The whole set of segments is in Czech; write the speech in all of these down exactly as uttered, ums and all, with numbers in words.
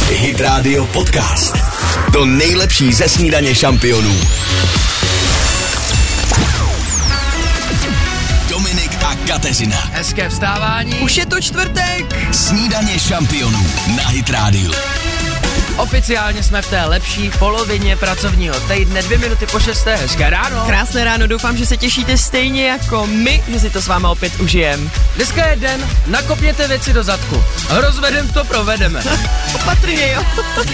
Hit Radio Podcast. To nejlepší ze snídaně šampionů. Dominik a Kateřina. Hezké vstávání. Už je to čtvrtek. Snídaně šampionů na Hit Radio. Oficiálně jsme v té lepší polovině pracovního týdne, dvě minuty po šesté, hezké ráno. Krásné ráno, doufám, že se těšíte stejně jako my, že si to s váma opět užijem. Dneska je den, nakopněte věci do zadku. Rozvedem to provedeme. Opatrně, jo.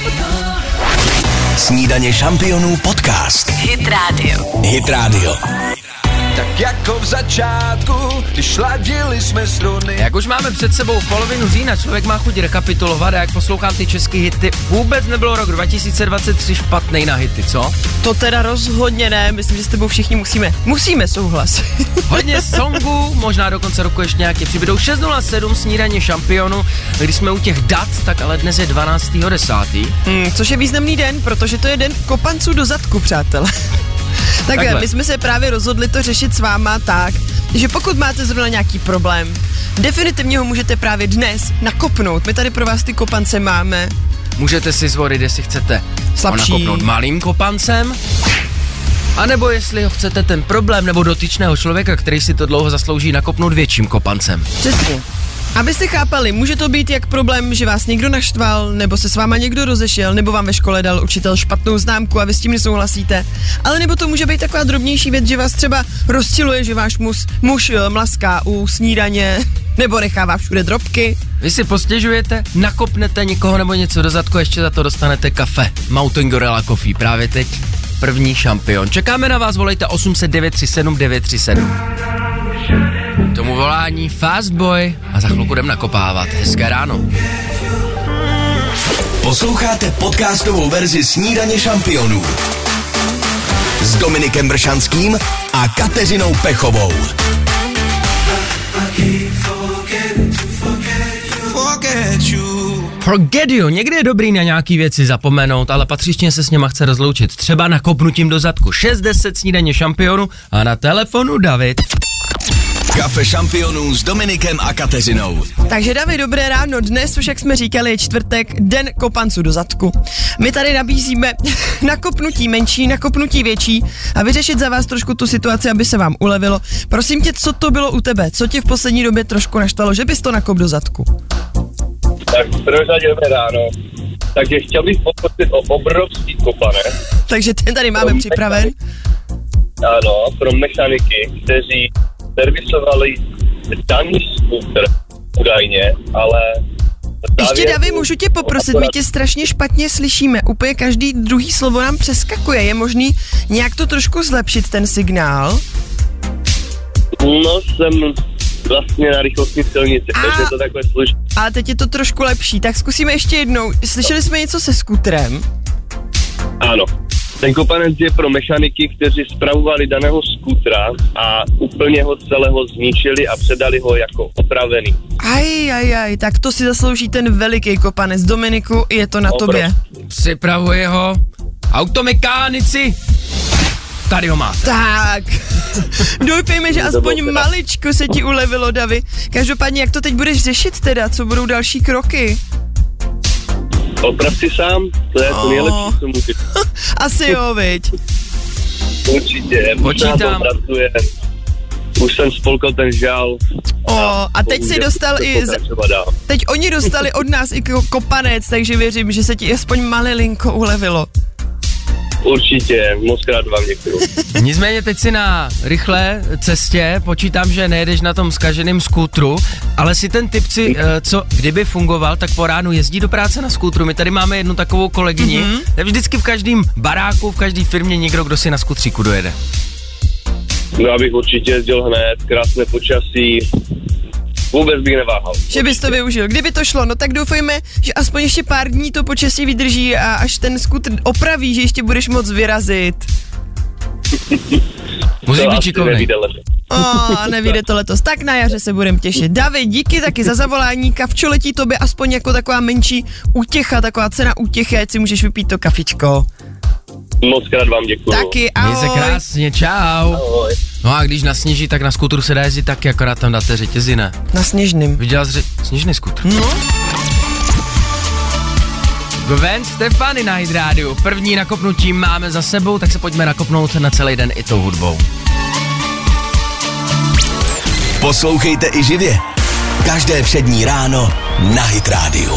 Snídaně šampionů podcast. Hit Radio. Hit Radio. Tak jako v začátku, když ladili jsme struny. Jak už máme před sebou polovinu října, člověk má chuť rekapitulovat a jak poslouchám ty český hity, vůbec nebylo rok dva tisíce dvacet tři špatnej na hity, co? To teda rozhodně ne, myslím, že s tebou všichni musíme, musíme souhlasit. Hodně songů, možná do konce roku ještě nějaké přibydou. šest nula sedm snídaně šampionu, když jsme u těch dat, tak ale dnes je dvanáctého desátého Hmm, což je významný den, protože to je den kopanců do zadku, přátelé. Takhle, Takhle, my jsme se právě rozhodli to řešit s váma tak, že pokud máte zrovna nějaký problém, definitivně ho můžete právě dnes nakopnout. My tady pro vás ty kopance máme. Můžete si zvolit, jestli chcete Slabší. ho nakopnout malým kopancem, anebo jestli ho chcete ten problém nebo dotyčného člověka, který si to dlouho zaslouží, nakopnout větším kopancem. Přesně. Abyste chápali, může to být jak problém, že vás někdo naštval, nebo se s váma někdo rozešel, nebo vám ve škole dal učitel špatnou známku a vy s tím nesouhlasíte. Ale nebo to může být taková drobnější věc, že vás třeba rozčiluje, že váš muž, muž mlaská u snídaně, nebo nechává všude drobky. Vy si postěžujete, nakopnete někoho nebo něco do zadku, ještě za to dostanete kafe. Mountain Gorilla Coffee, právě teď první šampion. Čekáme na vás, volejte osm set devět tři sedm devět tři sedm. Tomu volání Fast Boy a za chvilku jdem nakopávat. Hezké ráno. Posloucháte podcastovou verzi Snídaně šampionů s Dominikem Bršanským a Kateřinou Pechovou. Forget you. Někdy je dobrý na nějaký věci zapomenout, ale patřičně se s něma chce rozloučit. Třeba nakopnutím do zadku. šest deset snídaně šampionu a na telefonu David. Kafe šampionů s Dominikem a Kateřinou. Takže David, dobré ráno. Dnes už, jak jsme říkali, je čtvrtek, den kopanců do zadku. My tady nabízíme nakopnutí menší, nakopnutí větší a vyřešit za vás trošku tu situaci, aby se vám ulevilo. Prosím tě, co to bylo u tebe? Co tě v poslední době trošku naštalo, že bys to nakop do zadku? Tak v prvé řadě dobré ráno. Takže chtěl bych poprosit o obrovský kopanec. Takže ten tady máme Pro připraven. Ano, pro mechaniky, kteří servisovali daný skútr údajně, ale... Ještě, Davi, můžu tě poprosit, my tě strašně špatně slyšíme, úplně každý druhý slovo nám přeskakuje, je možný nějak to trošku zlepšit, ten signál? No, jsem vlastně na rychlostní silnici, A... takže to takhle slyším. Ale teď je to trošku lepší, tak zkusíme ještě jednou. Slyšeli jsme něco se skutrem? Ano. Ten kopanec je pro mechaniky, kteří spravovali daného skútra a úplně ho celého zničili a předali ho jako opravený. Aj, aj, aj, tak to si zaslouží ten veliký kopanec. Dominiku, je to na Obrovský. tobě. Připravuje ho automekánici. Tady ho máte. Tak, doufejme, že aspoň maličko se ti ulevilo, Davi. Každopádně, jak to teď budeš řešit teda? Co budou další kroky? Oprav si sám, to je to nejlepší, co můžeš. Asi jo, viď? Určitě, Počítám. už na tom pracuje. Už jsem spolkal ten žál. O, a teď si dostal i, z... teď oni dostali od nás i kopanec, takže věřím, že se ti aspoň malilinko ulevilo. Určitě, moc krát vám děkuju. Nicméně teď si na rychlé cestě, počítám, že nejedeš na tom zkaženém skútru, ale si ten typci, co kdyby fungoval, tak po ránu jezdí do práce na skútru. My tady máme jednu takovou kolegyni, mm-hmm. je vždycky v každém baráku, v každé firmě někdo, kdo si na skútříku dojede. No, abych určitě jezdil hned, krásné počasí, vůbec bych neváhal. Že bys to využil. Kdyby to šlo, no tak doufejme, že aspoň ještě pár dní to počasí vydrží a až ten skútr opraví, že ještě budeš moc vyrazit. Musíš být šikovnej. O, nevíde to letos. Tak na jaře se budem těšit. David, díky taky za zavolání. Kavčo letí tobě aspoň jako taková menší útěcha, taková cena útěchy, ať si můžeš vypít to kafičko. Moc krát vám děkuju. Taky, ahoj. Měj se krásně, čau. Ahoj. No a když nasněží, tak na skútru se dá jezdit taky, akorát tam dáte řetězy, ne? Na sněžným. Viděla jsi ře- sněžný skútr? No. Gwen Stefani na Hit Radio. První nakopnutí máme za sebou, tak se pojďme nakopnout na celý den i tou hudbou. Poslouchejte i živě. Každé přední ráno na Hit Radio.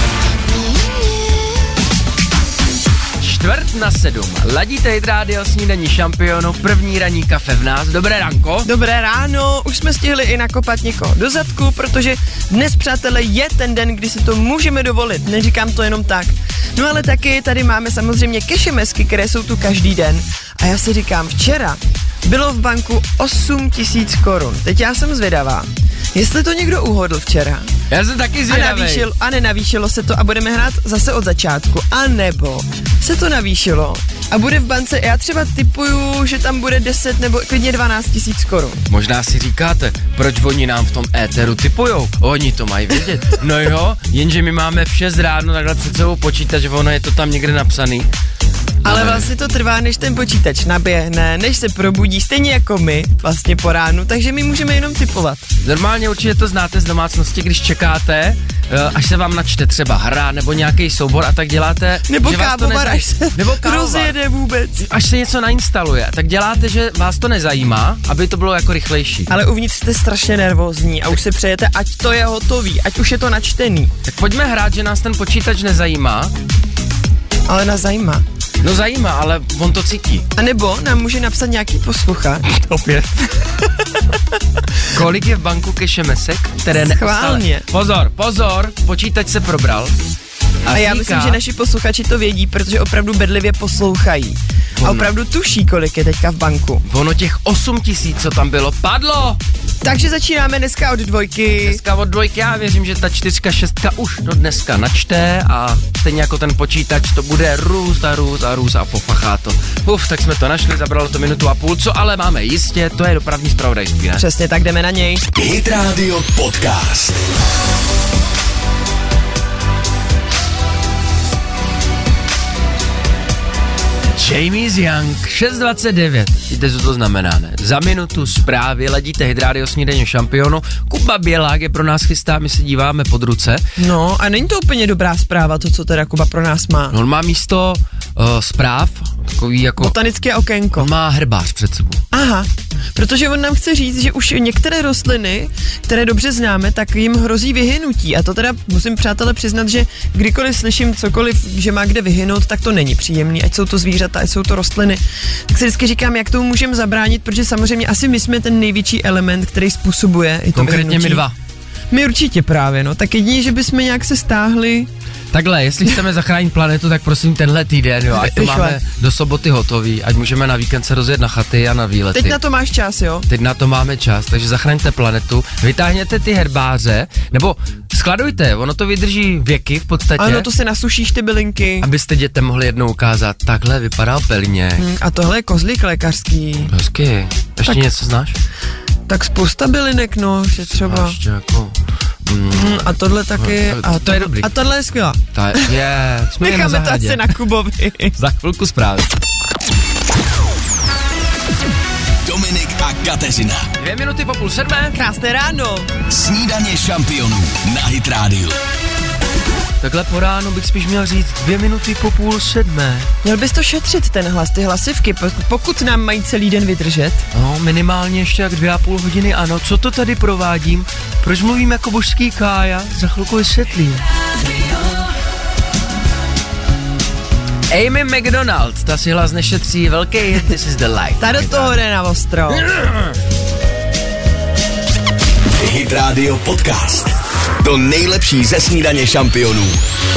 Čtvrt na sedm. Ladíte Hit Radio, snídaní šampionu, první ranní kafe v nás. Dobré ránko. Dobré ráno, už jsme stihli i nakopat někoho do zadku, protože dnes, přátelé, je ten den, kdy si to můžeme dovolit, neříkám to jenom tak. No ale taky tady máme samozřejmě kešemesky, které jsou tu každý den. A já si říkám, včera bylo v banku osm tisíc korun. Teď já jsem zvědavá, jestli to někdo uhodl včera. Já jsem taky zvědavej. A, navýšil, a nenavýšilo se to a budeme hrát zase od začátku. A nebo se to navýšilo a bude v bance, já třeba tipuju, že tam bude deset nebo klidně dvanáct tisíc korun. Možná si říkáte, proč oni nám v tom éteru tipujou? Oni to mají vědět. No jo, jenže my máme v šest ráno takhle před sebou počítač, že ono je to tam někde napsaný. Ale vlastně to trvá, než ten počítač naběhne, než se probudí, stejně jako my, vlastně po ránu, takže my můžeme jenom tipovat. Normálně určitě to znáte z domácnosti, když čekáte, až se vám načte třeba hra nebo nějaký soubor a tak děláte, nebo že vás to kávovar, až se nebo kávovar, rozjede vůbec. Až se něco nainstaluje, tak děláte, že vás to nezajímá, aby to bylo jako rychlejší. Ale uvnitř jste strašně nervózní a už si přejete, ať to je hotový, ať už je to načtený. Tak pojďme hrát, že nás ten počítač nezajímá. Ale nás zajímá. No zajímá, ale on to cítí. A nebo nám může napsat nějaký posluchač. Opět. Kolik je v banku kešemesek, které Schválně. neostale? Pozor, pozor, počítač se probral. A, a já říká, myslím, že naši posluchači to vědí, protože opravdu bedlivě poslouchají. A opravdu tuší, kolik je teďka v banku. Ono těch osm tisíc, co tam bylo, padlo! Takže začínáme dneska od dvojky. Dneska od dvojky, já věřím, že ta čtyřka, šestka už do dneska načte a stejně jako ten počítač to bude růst a růst a růst a pofachá to. Uf, tak jsme to našli, zabralo to minutu a půl, co ale máme jistě, to je dopravní zpravodajství, ne? Přesně tak, jdeme na něj. Hit Radio Podcast. James Young, šest dvacet devět. Víte, co to znamená, ne? Za minutu zprávy, ladíte Hit Radio snídaně šampionu. Kuba Bělák je pro nás chystá, my se díváme pod ruce. No a není to úplně dobrá zpráva, to, co teda Kuba pro nás má. On má místo uh, zpráv, takový jako... Botanické okénko. On má herbář před sebou. Aha, protože on nám chce říct, že už některé rostliny, které dobře známe, tak jim hrozí vyhynutí. A to teda musím, přátelé, přiznat, že kdykoliv slyším cokoliv, že má kde vyhynout, tak to není příjemný, ať jsou to zvířata, ať jsou to rostliny. Tak si vždycky říkám, jak tomu můžeme zabránit, protože samozřejmě asi my jsme ten největší element, který způsobuje i to konkrétně vyhynutí. my dva. My určitě právě, no. Tak jedině, že bychom nějak se stáhli. Takhle, jestli chceme zachránit planetu, tak prosím tenhle týden, jo, ať to Rychle. máme do soboty hotový, ať můžeme na víkend se rozjet na chaty a na výlety. Teď na to máš čas, jo? Teď na to máme čas, takže zachraňte planetu, vytáhněte ty herbáře, nebo skladujte, ono to vydrží věky v podstatě. Ano, to si nasušíš ty bylinky. Abyste dětem mohli jednou ukázat, takhle vypadá pelně. Hmm, a tohle je kozlík lékařský. Hezky. Ještě Tak. něco znáš? Tak spousta bylinek, no, že třeba. A ještě jako... Mm, Hmm, a tohle taky. No, to- A to je dobrý. A tohle je skvělá. ta je... Jsme jen na Necháme to zahradě. asi na Kubovi. Za chvilku zprávy. Dominik a Kateřina. Dvě minuty po půl sedmé. Krásné ráno. Snídaně šampionů na Hit Radio. Takhle po ránu bych spíš měl říct dvě minuty po půl sedmé. Měl bys to šetřit, ten hlas, ty hlasivky, po- pokud nám mají celý den vydržet. No, minimálně ještě jak dvě a půl hodiny, ano. Co to tady provádím? Proč mluvím jako božský Kája? Za chvilku vysvětlím. Amy McDonald, ta si hlas nešetří, velký hit, This is the life. Ta do toho jde na ostro. Hit Radio Podcast. To nejlepší ze snídaně šampionů.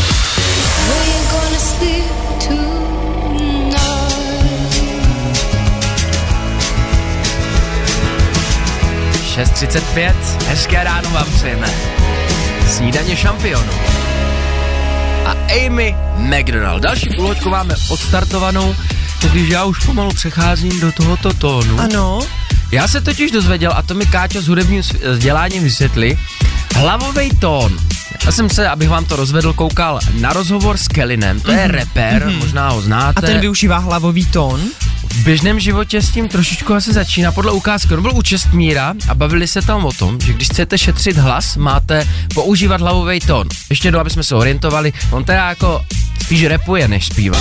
šest třicet pět, hezké ráno vám přejeme. Snídaně šampionu. A Amy McDonald. Další půlhoďku máme odstartovanou, když já už pomalu přecházím do tohoto tónu. Ano. Já se totiž dozvěděl, a to mi Káťa s hudebním vzděláním vysvětli, hlavový tón. Já jsem se, abych vám to rozvedl, koukal na rozhovor s Kellinem, to je rapper, mm-hmm. možná ho znáte. A ten využívá hlavový tón? V běžném životě s tím trošičku asi začíná podle ukázky. On byl u Čestmíra a bavili se tam o tom, že když chcete šetřit hlas, máte používat hlavový tón. Ještě jednou, aby jsme se orientovali, on teda jako spíš rapuje, než zpívá.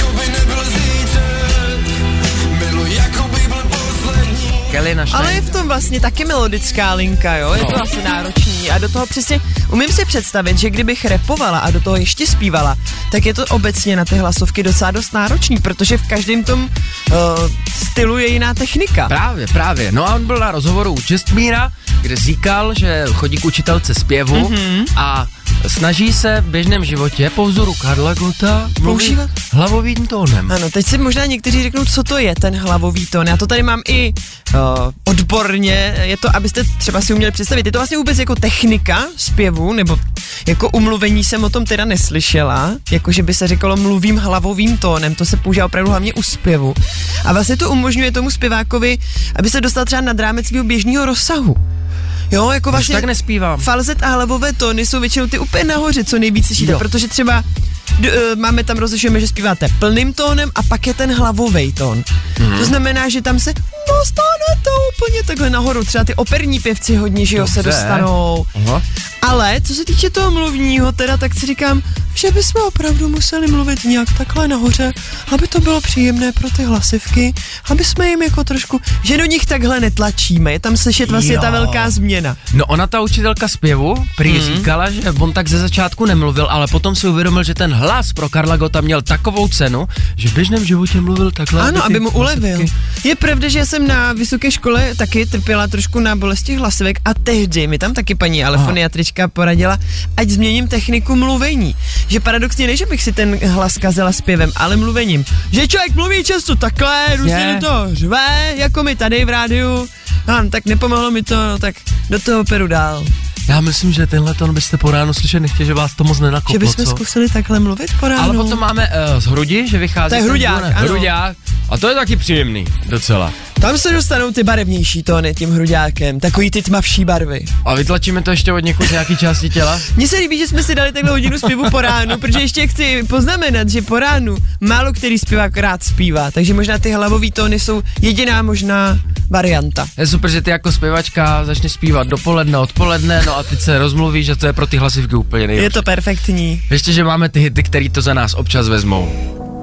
Kelly naštejn. Ale je v tom vlastně taky melodická linka, jo, je no. to asi náročný a do toho přesně, umím si představit, že kdybych rapovala a do toho ještě zpívala, tak je to obecně na ty hlasovky docela dost náročný, protože v každém tom uh, stylu je jiná technika. Právě, právě, no a on byl na rozhovoru u Čestmíra, kde říkal, že chodí k učitelce zpěvu mm-hmm. a snaží se v běžném životě po vzoru Karla Gotta mluvit hlavovým tónem. Ano, teď si možná někteří řeknou, co to je ten hlavový tón. Já to tady mám i uh, odborně, je to, abyste třeba si uměli představit, je to vlastně vůbec jako technika zpěvu, nebo jako umluvení jsem o tom teda neslyšela, jako že by se říkalo mluvím hlavovým tónem, to se používá opravdu hlavně u zpěvu. A vlastně to umožňuje tomu zpěvákovi, aby se dostal třeba nad rámec svého běžného rozsahu. Jo, jako vlastně tak nespívám. Falzet a hlavové tóny jsou většinou ty úplně nahoře, co nejvíc slyšíte, protože třeba d- uh, máme tam rozlišujeme, že zpíváte plným tónem a pak je ten hlavovej tón. Mm. To znamená, že tam se dostane to úplně takhle nahoru. Třeba ty operní pěvci hodně, že jo, se dostanou. Aha. Ale co se týče toho mluvního teda, tak si říkám, že bychom opravdu museli mluvit nějak takhle nahoře, aby to bylo příjemné pro ty hlasivky, aby jsme jim jako trošku, že do nich takhle netlačíme, je tam slyšet vlastně jo. ta velká změna. No ona, ta učitelka zpěvu, prý mm. říkala, že on tak ze začátku nemluvil, ale potom si uvědomil, že ten hlas pro Karla Gotta měl takovou cenu, že v běžném životě mluvil takhle. Ano, aby mu ulevil. Hlasivky. Je pravda, že já jsem na vysoké škole taky trpěla trošku na bolesti hlasivek a tehdy mi tam taky paní alefoniatrička poradila, ať změním techniku mluvení. Že paradoxně ne, že bych si ten hlas kazila zpěvem, ale mluvením. Že člověk mluví často takhle, různě do toho řve, jako my tady v rádiu. No, tak nepomohlo mi to, no, tak do toho peru dál. Já myslím, že tenhle tón byste po ránu slyšet nechtěli, že vás to moc nenakoplo, že bychom co? zkusili takhle mluvit po ránu. Ale potom máme uh, z hrudi, že vychází... To je hruďák, ano. Hruďák. A to je taky příjemný, docela. Tam se dostanou ty barevnější tóny tím hruďákem, takový ty tmavší barvy. A vytlačíme to ještě od někud nějaký části těla? Mně se líbí, že jsme si dali takhle hodinu zpěvu po ránu, protože ještě chci poznamenat, že po ránu málo který zpěvák rád zpívá, takže možná ty hlavový tóny jsou jediná možná varianta. Je super, že ty jako zpěvačka začneš zpívat dopoledne, odpoledne, no a teď se rozmluvíš, že to je pro ty hlasivky úplně nejlepší. Je to perfektní. Ještě, že máme ty hity, který to za nás občas vezmou.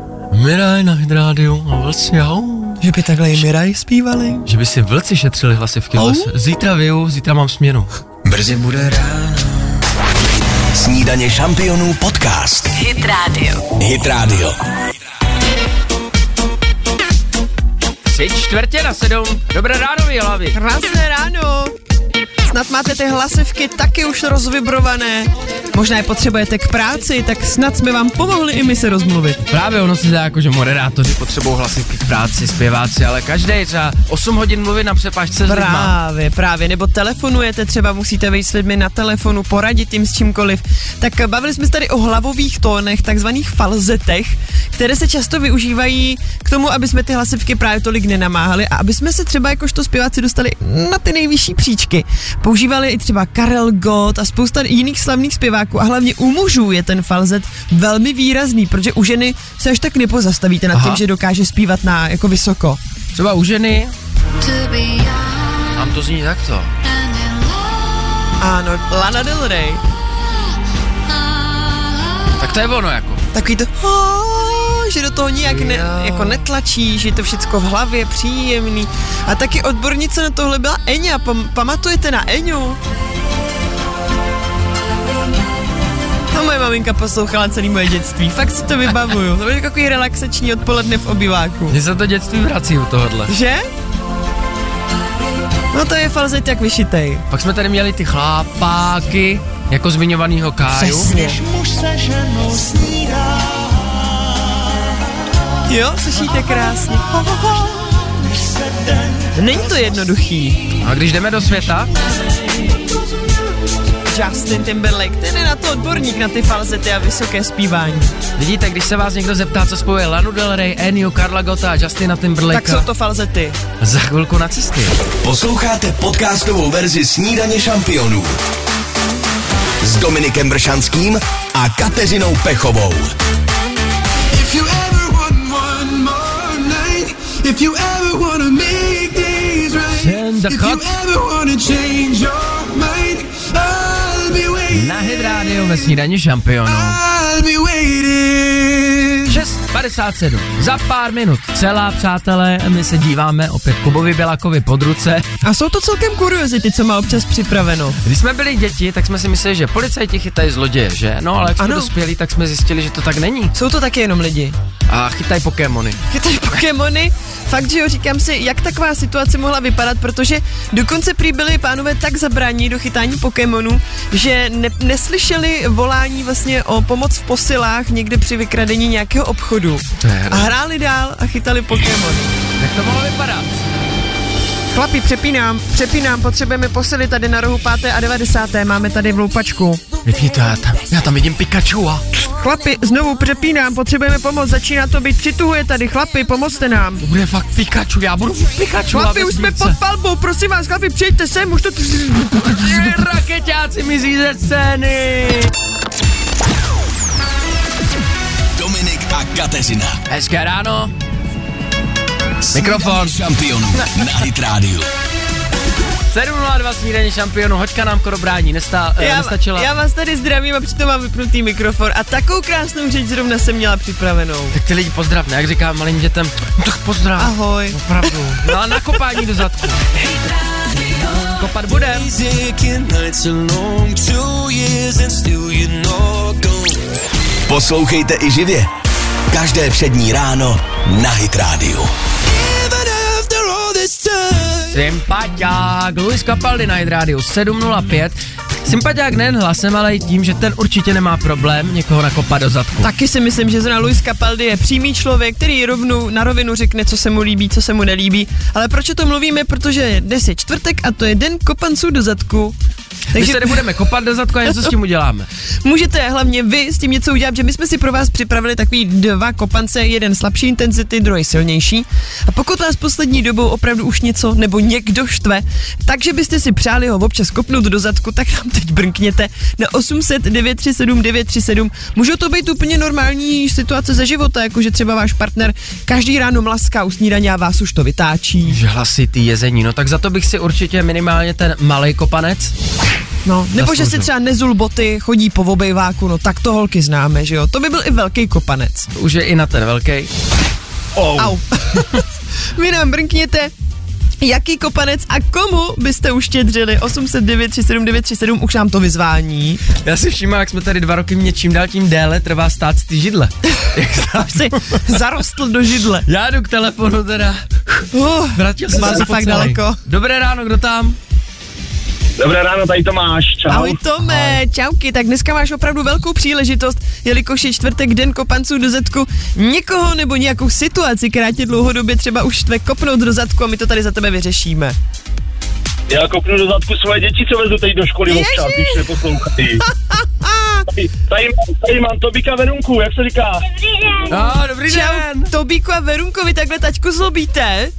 Miraj na hydrádiu a vlci, au. Že by takhle i Miraj zpívali. Že by si vlci šetřili hlasivky. Au. Zítra vyju, zítra mám směnu. Brzy bude ráno. Snídaně šampionů podcast. Hit Radio. Hit Radio. Tři čtvrtě na sedm. Dobré ráno, vy hlavy. Krásné ráno. Snad máte ty hlasivky taky už rozvibrované. Možná je potřebujete k práci, tak snad jsme vám pomohli i my se rozmluvit. Právě ono se zdá jako, že moderátoři potřebují hlasivky k práci, zpěváci, ale každý třeba osm hodin mluvit na přepážce s lidma. Právě, právě, nebo telefonujete, třeba musíte vyjít s lidmi na telefonu, poradit jim s čímkoliv. Tak bavili jsme se tady o hlavových tónech, takzvaných falzetech, které se často využívají k tomu, aby jsme ty hlasivky právě tolik nenamáhali a aby jsme se třeba jakožto zpěváci dostali na ty nejvyšší příčky. Používali i třeba Karel Gott a spousta jiných slavných zpěváků a hlavně u mužů je ten falzet velmi výrazný, protože u ženy se až tak nepozastavíte nad tím, že dokáže zpívat na jako vysoko. Třeba u ženy nám to zní takto. Ano, Lana Del Rey. Tak to je ono jako. Takový to, že do toho nijak ne, jako netlačí, že je to všecko v hlavě příjemný. A taky odbornice na tohle byla Eňa. Pam, pamatujete na Eňu? No, moje maminka poslouchala celý moje dětství. Fakt si to vybavuju. To bylo takový relaxační odpoledne v obyváku. Mně se to dětství vrací u tohohle. Že? No to je falzet jak vyšitej. Pak jsme tady měli ty chlápáky, jako zmiňovanýho Káju. Přesně. Jo, slyšíte krásně. Není to jednoduchý. A když jdeme do světa? Justin Timberlake, ten je na to odborník, na ty falzety a vysoké zpívání. Vidíte, když se vás někdo zeptá, co spojuje Lanu Del Rey, Eniu, Karla Gotta a Justina Timberlake. Tak jsou to falzety. Za chvilku na cestě. Posloucháte podcastovou verzi Snídaně šampionů s Dominikem Bršanským a Kateřinou Pechovou. If you ever want one more night, if you ever wanna make things right, if you ever wanna change your mind, I'll be waiting. Na Hit Radio ve Snídaně šampionů. I'll be waiting. devadesát sedm. Za pár minut celá, přátelé, my se díváme opět Kubovi Bělákovi pod ruce. A jsou to celkem kuriozity, co má občas připraveno. Když jsme byli děti, tak jsme si mysleli, že policajti chytají zloděje, že? No, ale jak jsme Ano. dospěli, tak jsme zjistili, že to tak není. Jsou to taky jenom lidi. A chytají Pokémony. Chytají Pokémony. Fakt, že jo, říkám si, jak taková situace mohla vypadat, protože dokonce prý byli pánové tak zabraní do chytání Pokémonů, že ne- neslyšeli volání vlastně o pomoc v posilách někde při vykradení nějakého obchodu. A hráli dál a chytali Pokémony. Jak to mohlo vypadat? Chlapi, přepínám, přepínám, potřebujeme posily tady na rohu páté a devadesáté Máme tady vloupačku. Vypni to, já tam, já tam vidím Pikachu a... Chlapi, znovu přepínám, potřebujeme pomoc, začíná to být, přituhuje tady, chlapi, pomozte nám. To bude fakt Pikachu, já budu Pikachu. Chlapi, už jsme pod palbou, prosím vás, chlapi, přijďte sem, už to... Rakeťáci mizí ze scény. Dominik a Kateřina. Hezké ráno. Mikrofon. Šampionů na Hit Radio. sedm nula dva snídaně šampionu, hoďka nám korobrání nestá, Já, nestačila. já vás tady zdravím a přitom mám vypnutý mikrofon a takovou krásnou řeč zrovna jsem měla připravenou. Tak ty lidi pozdravne, jak říkám malým dětem, no tak pozdrav. Ahoj. Opravdu. No a nakopání do zadku. Kopat budem. Poslouchejte i živě. Každé všední ráno na Hit Radio. Sympatiák, Luis Capaldi na Hit Radio sedm nula pět. Sympatiák nejen hlasem, ale i tím, že ten určitě nemá problém někoho nakopat do zadku. Taky si myslím, že zrovna Luis Capaldi je přímý člověk, který rovnou na rovinu řekne, co se mu líbí, co se mu nelíbí. Ale proč o tom mluvíme? Protože dnes je čtvrtek a to je den kopanců do zadku. Takže my se nebudeme kopat do zadku a něco s tím uděláme. Můžete hlavně vy s tím něco udělat, že my jsme si pro vás připravili takový dva kopance, jeden slabší intenzity, druhý silnější. A pokud vás poslední dobou opravdu už něco nebo někdo štve, takže byste si přáli ho občas kopnout do zadku, tak nám teď brnkněte na osm set devět tři sedm devět tři sedm. Můžou to být úplně normální situace ze života, jakože třeba váš partner každý ráno mlaská u snídaně a vás už to vytáčí. Že hlasitý jezení, no tak za to bych si určitě minimálně ten malej kopanec. No, nebo že si Zasloužil. třeba nezul boty, chodí po obejváku, no tak to holky známe, že jo. To by byl i velký kopanec. To už je i na ten velký. Oh. Au. Vy nám brnkněte, jaký kopanec a komu byste uštědřili. osm set devět tři sedm devět tři sedm, už nám to vyzvání. Já si všímám, jak jsme tady dva roky, mě čím dál tím déle trvá stát z ty židle. Až si zarostl do židle. Já jdu k telefonu teda. Uh, Vrátil jsem Máš se to po fakt celý. daleko. Dobré ráno, kdo tam? Dobré ráno, tady Tomáš, čau. Ahoj Tome, čauky, tak dneska máš opravdu velkou příležitost, jelikož je čtvrtek, den kopanců do zadku, někoho nebo nějakou situaci, která tě dlouhodobě třeba už štve, kopnout do zadku a my to tady za tebe vyřešíme. Já kopnu do zadku svoje děti, co vezu teď do školy Ježiš. občas, když neposlouchají. Tady, tady, mám, tady mám Tobíka Verunku, jak se říká? Ah, dobrý Čau, den. Tobíku a Verunkovi takhle taťku zlobíte?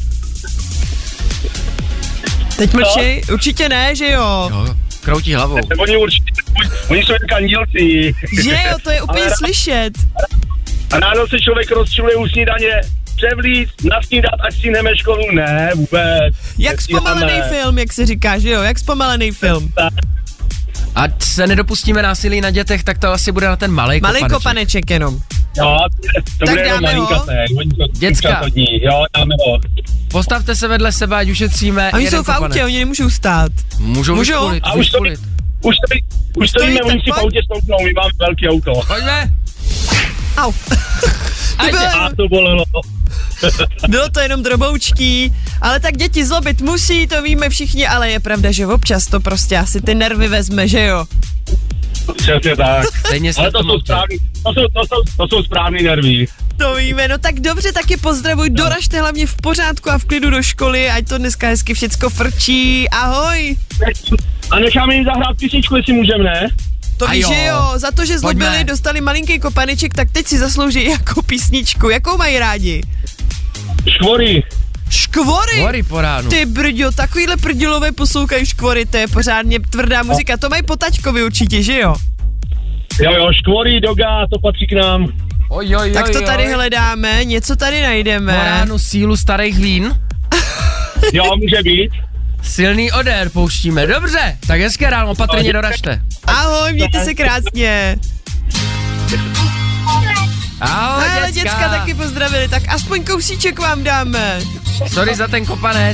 Teď mlčej, určitě ne, že jo? Jo, kroutí hlavou. Oni určitě, oni jsou jak andělci. Že jo, to je úplně Ale- slyšet. A ráno se člověk rozčiluje u snídaně, převlíct, nasnídat, ať stíneme školu, ne, vůbec. Jak Nestíháme. zpomalený film, jak se říká, že jo? Jak zpomalený film. Ať se nedopustíme násilí na dětech, tak to asi bude na ten malej Malej kopaneček. kopaneček jenom. Jo, to bude, to Tak bude jenom dáme ho. malinkaté. Oni jsou Děcka. občas hodní. Jo, dáme ho. Postavte se vedle sebe, ať ušetříme A oni jeden jsou v autě, kopanec. oni nemůžou stát. Můžou, Můžou. vyškolit, A už to vyškolit. Už, stojí, už stojíme, Stojíte, oni si v pojď. autě stoupnou, my máme velký auto. Pojďme. Au. To Ajde. bylo, A to bolelo. bylo to jenom droboučký, ale tak děti zlobit musí, to víme všichni, ale je pravda, že občas to prostě asi ty nervy vezme, že jo? Přesně tak. Stejně jste Ale to to jsou, mohl. správný, to, jsou, to, jsou, to jsou správný nervy. To víme, no tak dobře, taky pozdravuj, doražte hlavně v pořádku a v klidu do školy, ať to dneska hezky všecko frčí, ahoj. A necháme jim zahrát písničku, jestli můžeme, ne? To A víš, jo. že jo, za to, že zlobili, Pojďme. dostali malinký kopaneček, tak teď si zaslouží jako písničku, jakou mají rádi? Škvory. Škvory! Hory po ránu. Ty brďo, takovýhle prdilové poslouchají škvory, to je pořádně tvrdá muzika, to mají po taťkovi určitě, že jo? Jo, jo, škvory, doga, to patří k nám. Oj, oj, Tak to oj, tady oj. hledáme, něco tady Po najdeme. ránu sílu starých hlín. Jo, může být. Silný odér pouštíme. Dobře, tak hezké ráno, opatrně doražte. Ahoj, mějte se krásně. Ahoj, Hej. malé děcka taky pozdravili, tak aspoň kousíček vám dáme. Sorry za ten kopanec.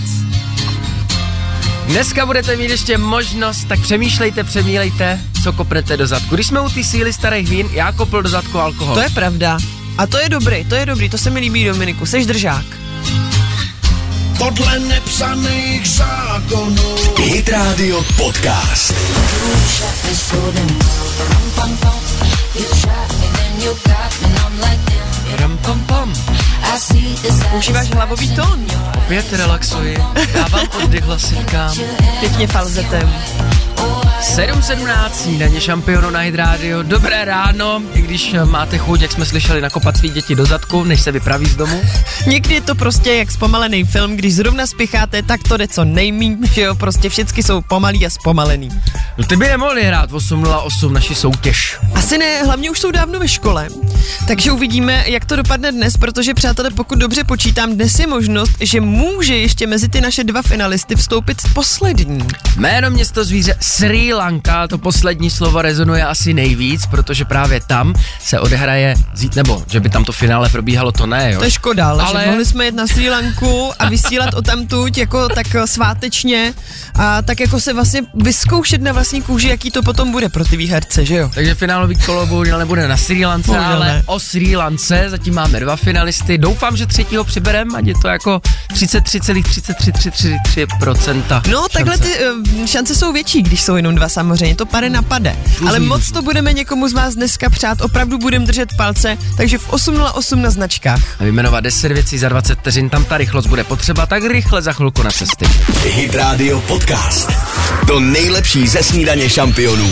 Dneska budete mít ještě možnost, tak přemýšlejte, přemýlejte, co kopnete do zadku. Když jsme u té síly starých vín, já kopl do zadku alkohol. To je pravda. A to je dobrý, to je dobrý, to se mi líbí, Dominiku, seš držák. Podle nepsaných zákonů. Hit Radio Podcast. Ram pam pam. Používáš hlavový tón. Opět relaxuji, dávám oddych hlasivkám. Pěkně falzetem. sedm sedmnáct, snídaně Šampionu na Hit Radio. Dobré ráno, i když máte chuť, jak jsme slyšeli, nakopat svý děti do zadku, než se vypraví z domu. Někdy je to prostě jak zpomalený film, když zrovna spěcháte, tak to jde co nejmíň, že jo, prostě všichni jsou pomalý a zpomalený. No ty by nemohli hrát osm nula osm naši soutěž. Asi ne, hlavně už jsou dávno ve škole, takže uvidíme, jak to dopadne dnes, protože přátelé, pokud dobře počítám, dnes je možnost, že může ještě mezi ty naše dva finalisty vstoupit poslední. Jméno město zvíře Srí Lanka, to poslední slovo rezonuje asi nejvíc, protože právě tam se odehraje zít, nebo že by tam to finále probíhalo, to ne, jo. To je škoda, ale, ale... že mohli jsme jet na Srí Lanku a vysílat odtamtud jako tak svátečně a tak jako se vlastně vyzkoušet na vlastní kůži, jaký to potom bude pro ty výherce, že jo. Takže finálový kolo bohužel nebude na Srí Lance, Bohužel ale ne. o Srí Lance zatím máme dva finalisty. Doufám, že třetího přiberem, ať je to jako třicet tři celá třicet tři tři tři procenta. No, takhle ty uh, šance jsou větší, když jsou jenom dva samozřejmě, to pade na pade. Ale moc to budeme někomu z vás dneska přát, opravdu budeme držet palce, takže v osm nula osm na značkách. A vyjmenovat deset věcí za dvacet vteřin, tam ta rychlost bude potřeba, tak rychle za chvilku na cesty. Hit Radio Podcast. To nejlepší ze snídaně Šampionů.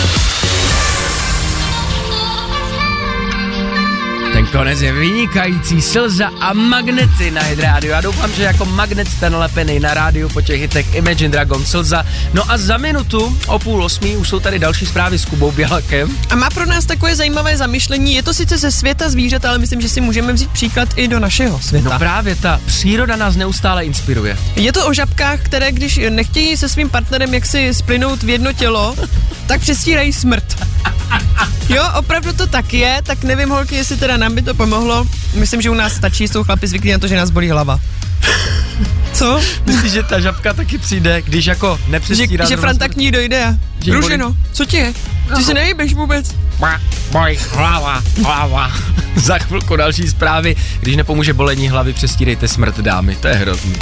Ten konec je vynikající, Slza a Magnety na Hit Radio. Já doufám, že jako magnet jste nalepený na rádiu po těch hitech Imagine Dragon, Slza. No a za minutu o půl osmí už jsou tady další zprávy s Kubou Bělakem. A má pro nás takové zajímavé zamyšlení, je to sice ze světa zvířat, ale myslím, že si můžeme vzít příklad i do našeho světa. No právě ta příroda nás neustále inspiruje. Je to o žabkách, které když nechtějí se svým partnerem jaksi splynout v jedno tělo, tak přestírají smrt. Jo, opravdu to tak je, tak nevím, holky, jestli teda nám by to pomohlo. Myslím, že u nás stačí, jsou chlapi zvyklí na to, že nás bolí hlava. Co? Myslíš, že ta žabka taky přijde, když jako nepřestírá? Že, že Franta k ní dojde a Ružino, co ti je? Ty se nejebeš vůbec? Boj, hlava, hlava. Za chvilku další zprávy. Když nepomůže bolení hlavy, přestírejte smrt, dámy. To je hrozný.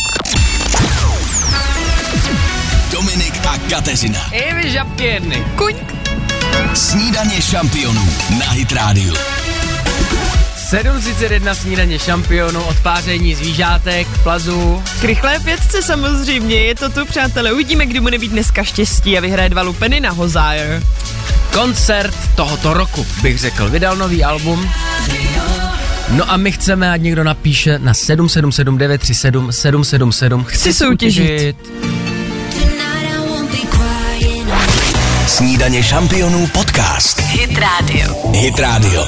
Dominik a Kateřina. I vy žabky jedny. Kuňk. Snídaně Šampionů na Hit Radio. sedm třicet jedna snídaně Šampionů, odpáření zvířátek, plazu. K rychlé pětce samozřejmě, je to tu, přátelé. Uvidíme, kdy bude být dneska štěstí a vyhraje dva lupeny na Hozaire. Koncert tohoto roku, bych řekl. Vydal nový album. No a my chceme, ať někdo napíše na sedm sedm sedm devět tři sedm sedm sedm sedm. Chci soutěžit. Snídaně Šampionů podcast. Hit Radio. Hit Radio.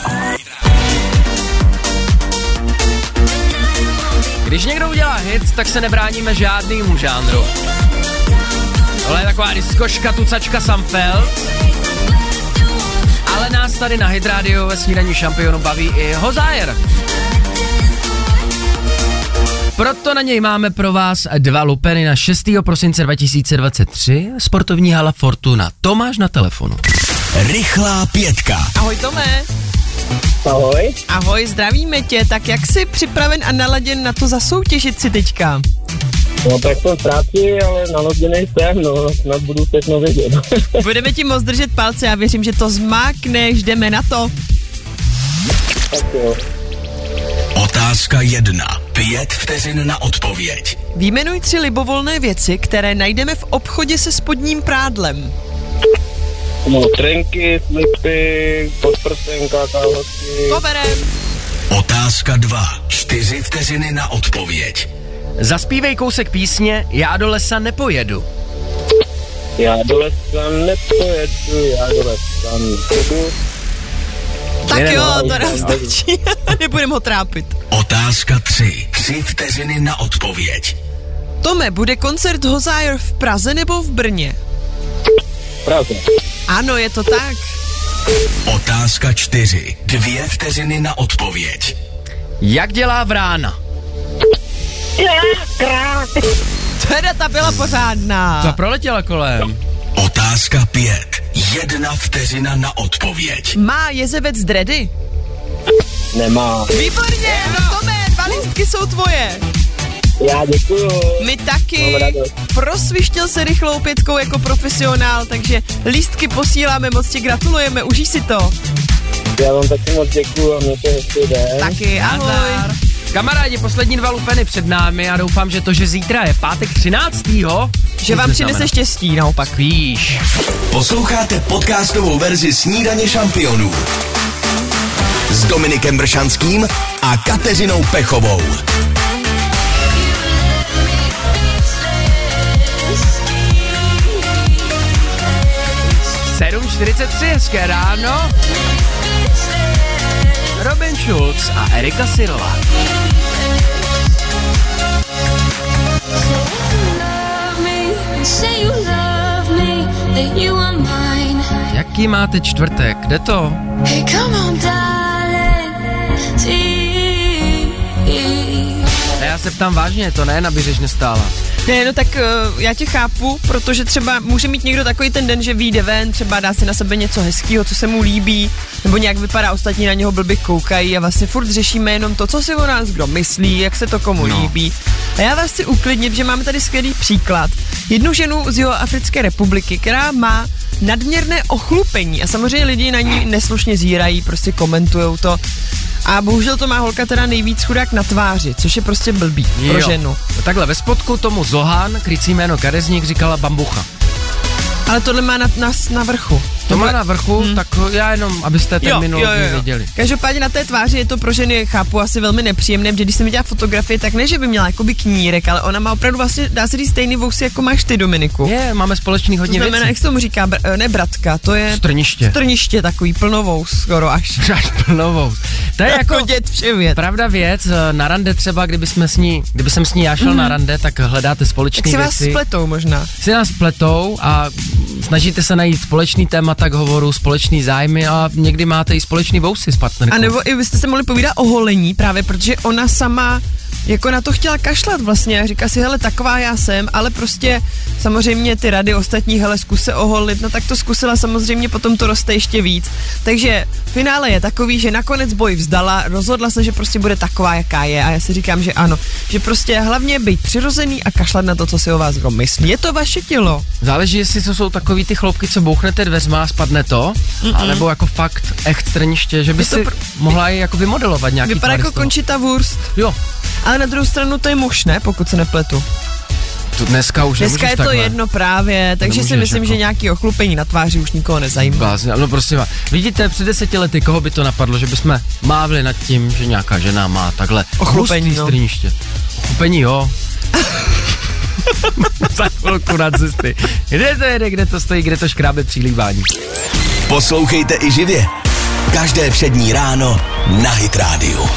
Když někdo udělá hit, tak se nebráníme žádnýmu žánru. Tohle je taková diskoška, tucačka Samfeld. Ale nás tady na Hit Radio ve Snídaní Šampionu baví i Hozaire. Proto na něj máme pro vás dva lupeny na šestého prosince dva tisíce dvacet tři. Sportovní hala Fortuna. Tomáš na telefonu. Rychlá pětka. Ahoj, Tome. Ahoj. Ahoj, zdravíme tě. Tak jak jsi připraven a naladěn na to zasoutěžit si teďka? No tak jsem v práci, ale naladěnej jsem, no, snad budu všechno vědět. Budeme ti moc držet palce, já věřím, že to zmákneš, jdeme na to. Tak jo. Otázka jedna. Pět vteřin na odpověď. Výjmenuj tři libovolné věci, které najdeme v obchodě se spodním prádlem. No, trenky, slipy, podprsenka, kalhotky. Poberem. Otázka dva. Čtyři vteřiny na odpověď. Zaspívej kousek písně Já do lesa nepojedu. Já do lesa nepojedu, já do lesa nepojedu. Tak Ne, jo, ne, to nám stačí. Nebudem ho trápit. Otázka tři. Tři vteřiny na odpověď. Tome, bude koncert Hozaire v Praze nebo v Brně? Praze. Ano, je to tak. Otázka čtyři. Dvě vteřiny na odpověď. Jak dělá vrána? Teda ta byla pořádná. Co proletěla kolem? Otázka pět. Jedna vteřina na odpověď. Má jezevec dredy? Nemá. Výborně, no Tome, dva lístky jsou tvoje. Já děkuju. My taky. Mám radost. Prosvištěl se rychlou pětkou jako profesionál, takže lístky posíláme, moc ti gratulujeme, užij si to. Já vám taky moc děkuju a mějte hezký den. Taky, ahoj. Nazdar. Kamarádi, poslední dva lupeny před námi a doufám, že to, že zítra je pátek třináctého Že vám přinese štěstí, naopak. Spíš. Posloucháte podcastovou verzi Snídaně šampionů s Dominikem Bršanským a Kateřinou Pechovou. sedm čtyřicet tři, hezké ráno. Robin Schulz a Erika Sirla. Jaký máte čtvrtek? Kde to? A já se ptám vážně, to ne, aby řeč nestála. Ne, no tak uh, já tě chápu, protože třeba může mít někdo takový ten den, že vyjde ven, třeba dá si na sebe něco hezkého, co se mu líbí, nebo nějak vypadá, ostatní na něho blbě koukají a vlastně furt řešíme jenom to, co si o nás kdo myslí, jak se to komu No. líbí. A já vás chci uklidnit, že máme tady skvělý příklad. Jednu ženu z Jihoafrické republiky, která má nadměrné ochlupení a samozřejmě lidi na ní neslušně zírají, prostě komentujou to. A bohužel to má holka teda nejvíc chudák na tváři, což je prostě blbý pro Jo. ženu. Takhle ve spodku tomu Zohan, krycí jméno Karezník, říkala bambucha. Ale tohle má na, na, na vrchu. To má na vrchu, hmm. tak já jenom, abyste terminologii věděli. Každopádně na té tváři je to pro ženy, chápu, asi velmi nepříjemné, protože když jsem viděla fotografii, tak ne, že by měla jakoby knírek, ale ona má opravdu vlastně, dá se říct, stejný vousy, jako máš ty, Dominiku. Je, máme společný To hodně znamená, věcí. jak se tomu říká, br- ne bratka, to je Strniště. strniště takový, plnovous skoro až. Až plnovou. To je Jako jako dět vševět. pravda věc, na rande třeba, kdyby jsme s ní, kdyby jsem s ní já šel mm. na rande, tak hledáte společné Jak si věci. vás spletou možná. Si nás pletou a snažíte se najít společný témata k hovoru, společný zájmy a někdy máte i společný vousy s partnerkou. A nebo i vy jste se mohli povídat o holení, právě protože ona sama jako na to chtěla kašlat vlastně a říká si, hele, taková já jsem, ale prostě samozřejmě ty rady ostatní, hele, zkus se oholit, no tak to zkusila, samozřejmě potom to roste ještě víc. Takže finále je takový, že nakonec boj vzdala, rozhodla se, že prostě bude taková, jaká je a já si říkám, že ano, že prostě hlavně být přirozený a kašlat na to, co si o vás kdo myslí. Je to vaše tělo. Záleží, jestli to jsou takový ty chloupky, co bouchnete dveřma a spadne to, Mm-mm. anebo jako fakt echt strniště, že by Je to si pr- mohla i jako vymodelovat nějaký Vypadá tvar jako z toho. Conchita Wurst, Jo, ale na druhou stranu to je muž, ne, pokud se nepletu. to dneska už Dneska nemůžeš je to takhle. jedno právě, takže si Nemůžeš myslím, jako. že nějaký ochlupení na tváři už nikoho nezajímá. Blázně, no prosím vás. Vidíte, před deseti lety, koho by to napadlo, že bychom mávli nad tím, že nějaká žena má takhle Ochlupení, hustý no. strniště. Ochlupení, jo. Za chvilku na cesty. Kde to jede, kde to stojí, kde to škrábe přilívání. Poslouchejte i živě. Každé všední ráno na Hit Radio.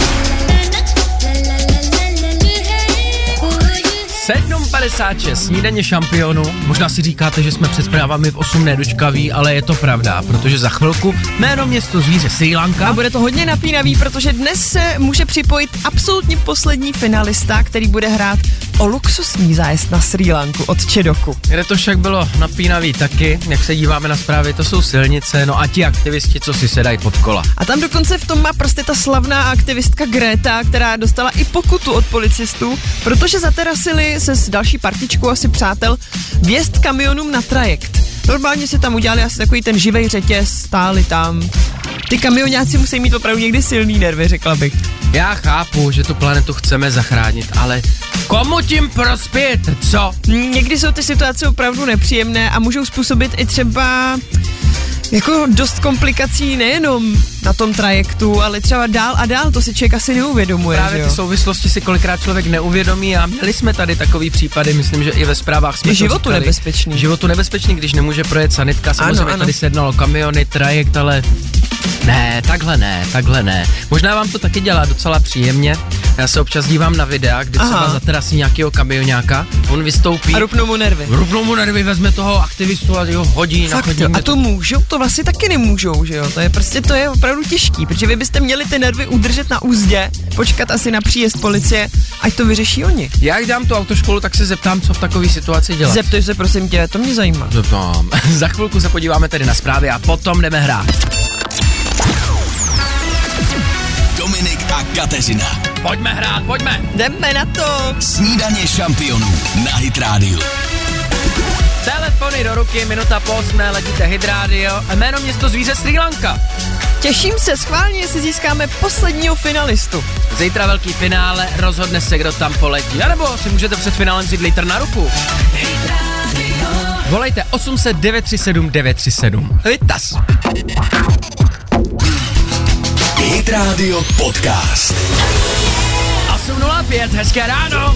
sedm padesát šest, snídaně šampionu. Možná si říkáte, že jsme před zprávami v osm nedočkaví, ale je to pravda, protože za chvilku jméno město zvíře Srí Lanka. A bude to hodně napínavý, protože dnes se může připojit absolutně poslední finalista, který bude hrát o luxusní zájezd na Srí Lanku od Čedoku. Kde to však bylo napínavý taky, jak se díváme na zprávy, to jsou silnice, no a ti aktivisti, co si sedají pod kola. A tam dokonce v tom má prostě ta slavná aktivistka Greta, která dostala i pokutu od policistů, protože zaterasili se s další partičkou asi přátel vjezd kamionům na trajekt. Normálně si tam udělali asi takový ten živej řetěz, stáli tam. Ty kamionáci musí mít opravdu někdy silný nervy, řekla bych. Já chápu, že tu planetu chceme zachránit, ale komu tím prospějete, co? Někdy jsou ty situace opravdu nepříjemné a můžou způsobit i třeba jako dost komplikací nejenom na tom trajektu, ale třeba dál a dál, to si člověk asi neuvědomuje. Právě že ty jo? souvislosti si kolikrát člověk neuvědomí a měli jsme tady takový případy, myslím, že i ve zprávách jsme Je to životu říkali. nebezpečný. Životu nebezpečný, když nemůže projet sanitka, samozřejmě ano. tady se jednalo kamiony, trajekt, ale ne, takhle ne, takhle ne. Možná vám to taky dělá docela příjemně, Já se občas dívám na videa, kdy Aha. třeba za terasy nějakého kamionáka, on vystoupí. A rupnou mu nervy. Rupnou mu nervy, vezme toho aktivistu a ho hodí na Fakt, jo. chodník. A to můžou? To vlastně taky nemůžou, že jo? To je prostě, to je opravdu těžký, protože vy byste měli ty nervy udržet na úzdě, počkat asi na příjezd policie, ať to vyřeší oni. Já jak dám tu autoškolu, tak se zeptám, co v takové situaci dělat. Zeptej se prosím tě, to mě zajímá. Zeptám. Za chvilku se podíváme tedy na zprávy a potom jdeme hrát. Dominik a Kateřina. Pojďme hrát, pojďme. Jdeme na to. Snídaně šampionů na Hit Radio. Telefony do ruky, minuta po osmé, ledíte Hit Radio a jméno město zvíře Srí Lanka. Těším se schválně, jestli získáme posledního finalistu. Zítra velký finále, rozhodne se, kdo tam poletí. A nebo si můžete před finálem vzít litr na ruku. Volejte osm set devět tři sedm devět tři sedm. Vitas. Hit Radio Podcast. osm nula pět, hezké ráno.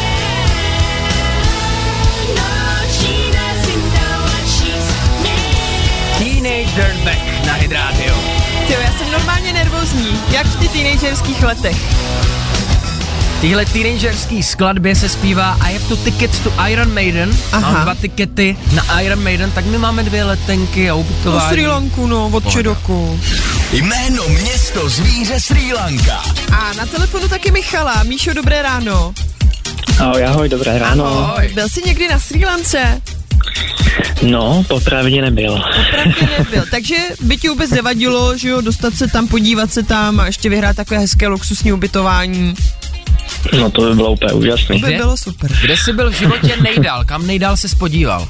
Teenage Dirtbag na Hit Radio. Tyjo, já jsem normálně nervózní, jak v ty teenagerských letech. V téhle teenagerský skladbě se zpívá I have two tickets to Iron Maiden. Aha. Mám dva tikety na Iron Maiden, tak my máme dvě letenky a No ubytování. Srí Lanku, no, od Čedoku. Jméno město zvíře Srí Lanka. A na telefonu taky Michala. Míšo, dobré ráno. Ahoj, ahoj, dobré ráno. Ahoj. Byl jsi někdy na Srí Lance? No, popravdě nebyl. Opravdu nebyl. Takže by ti vůbec nevadilo, že jo, dostat se tam, podívat se tam a ještě vyhrát takové hezké luxusní ubytování. No to by bylo úplně úžasný. To by Kde? bylo super. Kde jsi byl v životě nejdál? Kam nejdál se spodíval?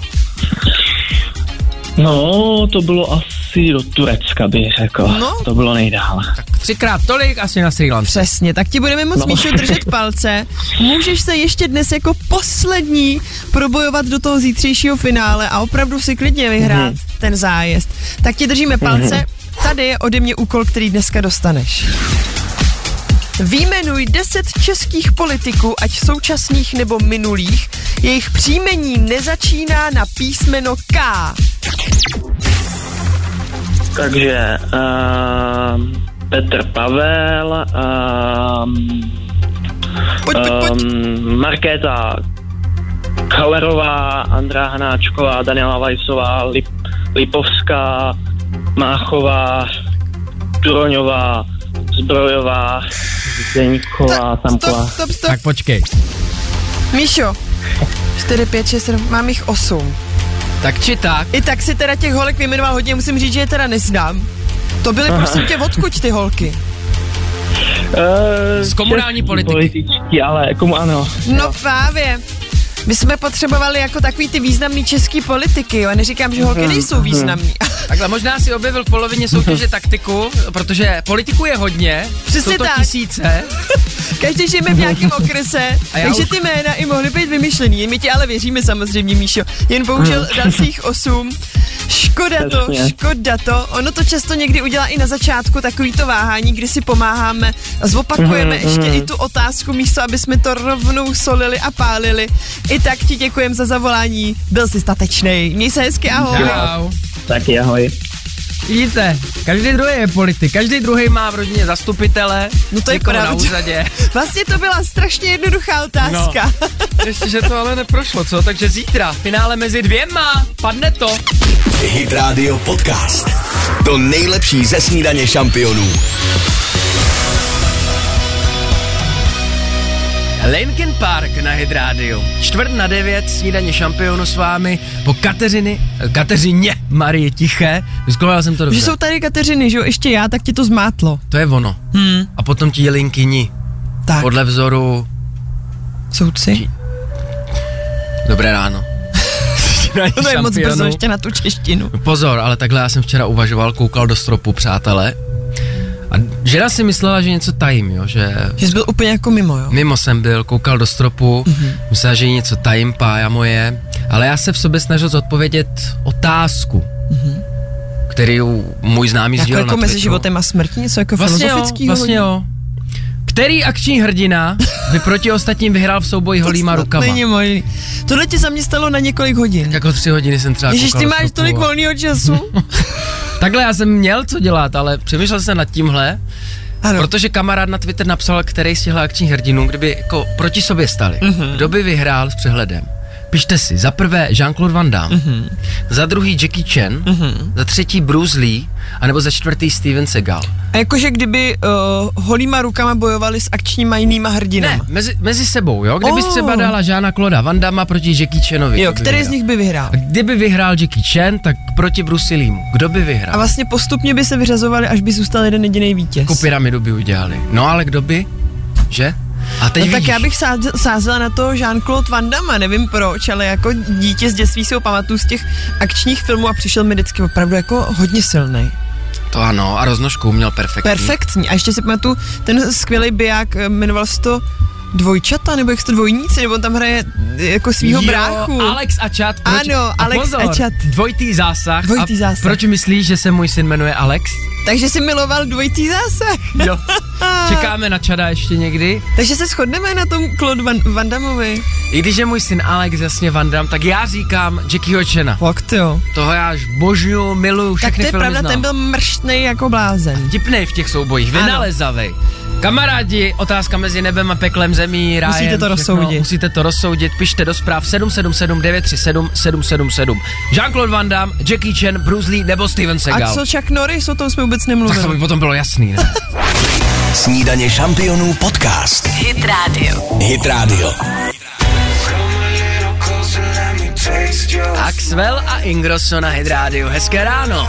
No, to bylo asi do Turecka, bych řekl. No. To bylo nejdál. Tak třikrát tolik asi na Srí Lance. Přesně, tak ti budeme moc, No. Míšo, držet palce. Můžeš se ještě dnes jako poslední probojovat do toho zítřejšího finále a opravdu si klidně vyhrát Mhm. ten zájezd. Tak ti držíme palce. Tady je ode mě úkol, který dneska dostaneš. Výjmenuj deset českých politiků, ať současných nebo minulých, jejich příjmení nezačíná na písmeno K. Takže uh, Petr Pavel, uh, Pojď, pojď, pojď. um, Markéta Kalerová, Andrá Hanáčková, Daniela Vajsová, Lip, Lipovská, Máchová, Turoňová, Zbrojová, Zdeňková, Samková. Stop, stop, stop. Tak počkej. Míšo, čtyři, pět, šest, sedm, mám jich osm. Tak či tak, I tak si teda těch holek vyjmenoval hodně, musím říct, že je teda neznám. To byly, Aha. prosím tě, odkud ty holky? Uh, Z komunální politiky. Političky, ale komu ano. No právě. My jsme potřebovali jako takový ty významný český politiky, jo. Já neříkám, že holky nejsou významný. takhle možná si objevil v polovině soutěže taktiku, protože politiků je hodně, Přesně jsou to tak. tisíce. Každý žijeme v nějakém okrese, A já takže už- ty jména i mohly být vymyšlený. My ti ale věříme samozřejmě, Míšo. Jen bohužel dalších osm. Škoda to, Přesně. škoda to. Ono to často někdy udělá i na začátku takový to váhání, kdy si pomáháme a zopakujeme Mhm, ještě mhm. i tu otázku místo, aby jsme to rovnou solili a pálili. I tak ti děkujem za zavolání. Byl jsi statečnej. Měj se hezky, ahoj. Čau. Taky ahoj. Vidíte, každý druhý je politik, každý druhý má v rodině zastupitele, No to je někoho na pravda. úřadě. Vlastně to byla strašně jednoduchá otázka. Ještě, že to ale neprošlo, co? Takže zítra, finále mezi dvěma, padne to. Hit Radio Podcast. To nejlepší ze snídaně šampionů. Linkin Park na Hit Radio. Čtvrt na devět, snídaně šampionu s vámi po Kateřiny, Kateřině Marie Tiché. Vyskloval jsem to dobře. Že jsou tady Kateřiny, že jo, ještě já, tak ti to zmátlo. To je ono. Hmm. A potom ti Linkyni. Tak, Podle vzoru. soudci. Dobré ráno. Snídaně To je moc šampionu. brzo ještě na tu češtinu. Pozor, ale takhle já jsem včera uvažoval, koukal do stropu, přátelé. A žena si myslela, že něco tajím, jo, že Že jsi byl úplně jako mimo, jo? mimo jsem byl, koukal do stropu, mm-hmm. myslela, že něco tajím, pája moje, ale já se v sobě snažil zodpovědět otázku, mm-hmm. kterou můj známý Jako, sdílel jako na mezi Twitteru. životem a smrtí, něco jako Vlastně jo, filozofického. vlastně jo. Který akční hrdina by proti ostatním vyhrál v souboji holýma rukama? Není možný. Tohle ti zaměstnalo na několik hodin. Jako tři hodiny jsem třeba Ježiš, koukal ty do máš stropu tolik a- volného času. Takhle já jsem měl co dělat, ale přemýšlel jsem nad tímhle. Ano. Protože kamarád na Twitter napsal, který z těchto akčních hrdinů, kdyby jako proti sobě stali, mm-hmm. kdo by vyhrál s přehledem. Pište si, za prvé Jean-Claude Van Damme, mm-hmm. za druhý Jackie Chan, mm-hmm. za třetí Bruce Lee, anebo za čtvrtý Steven Seagal. A jakože kdyby uh, holýma rukama bojovali s akčníma jinýma hrdinama. Ne, mezi, mezi sebou, jo, kdybys oh. třeba dala Jeana-Clauda Van Damme proti Jackie Chanovi. Jo, který z nich by vyhrál? A kdyby vyhrál Jackie Chan, tak proti Bruce Leemu. Kdo by vyhrál? A vlastně postupně by se vyřazovali, až by zůstal jeden jediný vítěz. Jako pyramidu by udělali. No ale kdo by? Že? A teď no tak vidíš. já bych sázel, sázela na to Jean-Claude Van Damme, nevím proč, ale jako dítě z dětství si ho pamatuju z těch akčních filmů a přišel mi vždycky opravdu jako hodně silnej. To ano, a roznožku měl perfektní. Perfektní. A ještě si pamatuju ten skvělý biják, jmenoval se to Dvojčata, nebo jak se to dvojníci, nebo on tam hraje jako svýho jo, bráchu. Alex a Čat. Proč? Ano, a Alex pozor, a Čat. Dvojitý zásah. Dvojitý a zásah. Proč myslíš, že se můj syn jmenuje Alex? Takže jsi miloval dvojitý zásah. Jo. Čekáme na Čada ještě někdy. Takže se shodneme na tom Claude Van, Van Dammovi. I když je můj syn Alex jasně Van Damme, tak já říkám Jackieho Chana. Fakt jo. Toho já až božňuju, miluju, všechny filmy. Tak to je pravda, znám. ten byl mrštnej jako blázen. Vtipnej v těch soubojích, vynalezavej. Kamarádi, otázka mezi nebem a peklem, zemí, rájem. Musíte to všechno, rozsoudit. Musíte to rozsoudit, pište do zpráv sedm sedm sedm devět tři sedm sedm sedm sedm. Jean-Claude Van Damme, Jackie Chan, Bruce Lee nebo Steven Seagal. A co Chuck Norris, o tom jsme vůbec nemluvili. Tak to by potom bylo jasný, ne? Snídaně šampionů podcast. Hit Radio. Hit Radio. Axwell a Ingrosso na Hit Radio. Hezké ráno.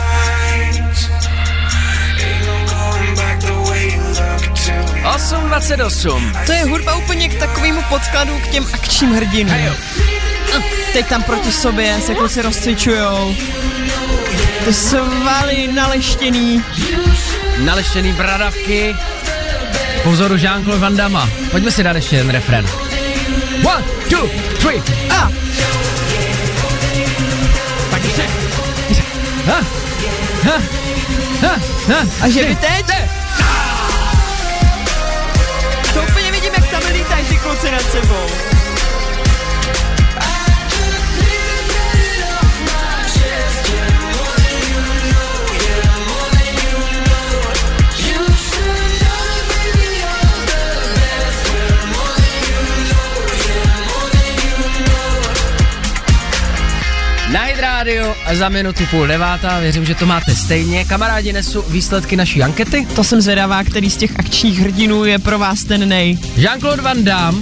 osm dvacet osm. To je hudba úplně k takovému podkladu k těm akčním hrdinům. Hejo. Teď tam proti sobě se kluci rozcvičujou. Ty svaly naleštěný. Naleštěný bradavky. Po vzoru Jean-Claude Van Damme. Pojďme si dát ještě ten refren. One, two, three, a! Tak ještě. Ha, ha, ha, ha. A že by teď? To úplně vidím, jak tam lítají ty kluci nad sebou. Na Hit Radio a za minutu půl devátá, věřím, že to máte stejně. Kamarádi, nesu výsledky naší ankety. To jsem zvědavá, který z těch akčních hrdinů je pro vás ten nej. Jean-Claude Van Damme.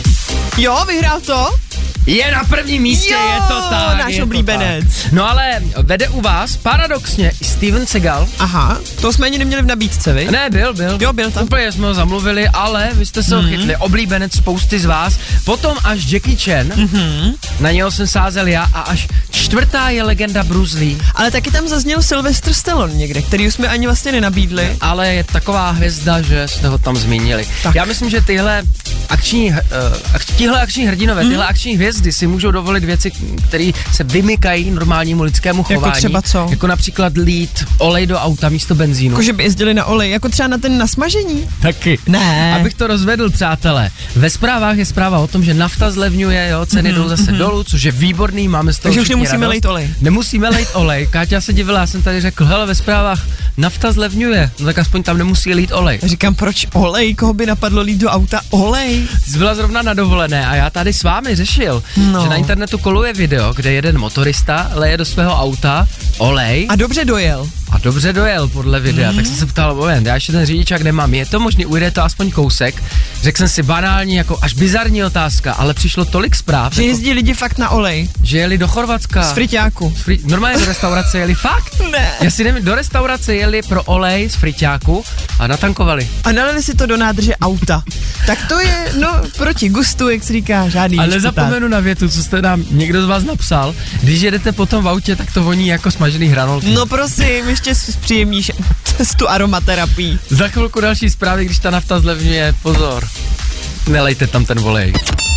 Jo, vyhrál to? Je na prvním místě, jo, je to tak. náš je oblíbenec. To tak. No ale vede u vás paradoxně i Steven Seagal. Aha, to jsme ani neměli v nabídce, vy? Ne, byl, byl. Jo, byl tam. Úplně jsme ho zamluvili, ale vy jste se ho mm-hmm. chytli, oblíbenec spousty z vás. Potom až Jackie Chan, mm-hmm. na něho jsem sázel já a až čtvrtá je legenda Bruce Lee. Ale taky tam zazněl Sylvester Stallone někde, který jsme ani vlastně nenabídli. Ale je taková hvězda, že jste ho tam zmínili. Tak. Já myslím, že tyhle akční, uh, ak, tihle akční hrdinové, mm. tyhle akční hvězdy si můžou dovolit věci, které se vymykají normálnímu lidskému chování. Jako třeba co? Jako například lít olej do auta místo benzínu. Jako že by jezdili na olej, jako třeba na ten nasmažení. Taky. Ne. Abych to rozvedl, přátelé. Ve zprávách je zpráva o tom, že nafta zlevňuje, jo, ceny mm-hmm. jdou zase mm-hmm. dolů, což je výborný, máme z toho. Takže už nemusíme radost. lejt olej. Nemusíme lejt olej. Káťa se divila, já jsem tady řekl, hele, ve zprávách nafta zlevňuje, no tak aspoň tam nemusí lít olej. Říkám, proč olej? Koho by napadlo lít do auta olej? Jsi byla zrovna na dovolené a já tady s vámi řešil, no. že na internetu koluje video, kde jeden motorista leje do svého auta olej. A dobře dojel. A dobře dojel podle videa, mm. tak jsem se ptal, moment, já ještě ten řidičák nemám, je to možný, ujde to aspoň kousek. Řekl jsem si banální, jako až bizarní otázka, ale přišlo tolik zpráv. Že jako, jezdí lidi fakt na olej. Že jeli do Chorvatska. Z friťáku. Z fri- normálně do restaurace jeli, fakt? Ne. Já si nevím, do restaurace jeli pro olej z friťáku a natankovali. A nalili si to do nádrže auta. Tak to je, no, proti gustu, jak se říká, žádný. Ale nezapomenu na větu, co jste nám někdo z vás napsal. Když jedete potom v autě, tak to voní jako smažený hranolky. No prosím, ještě zpříjemníš tu aromaterapii. Za chvilku další zprávy, když ta nafta zlevňuje, pozor. Nelejte tam ten olej.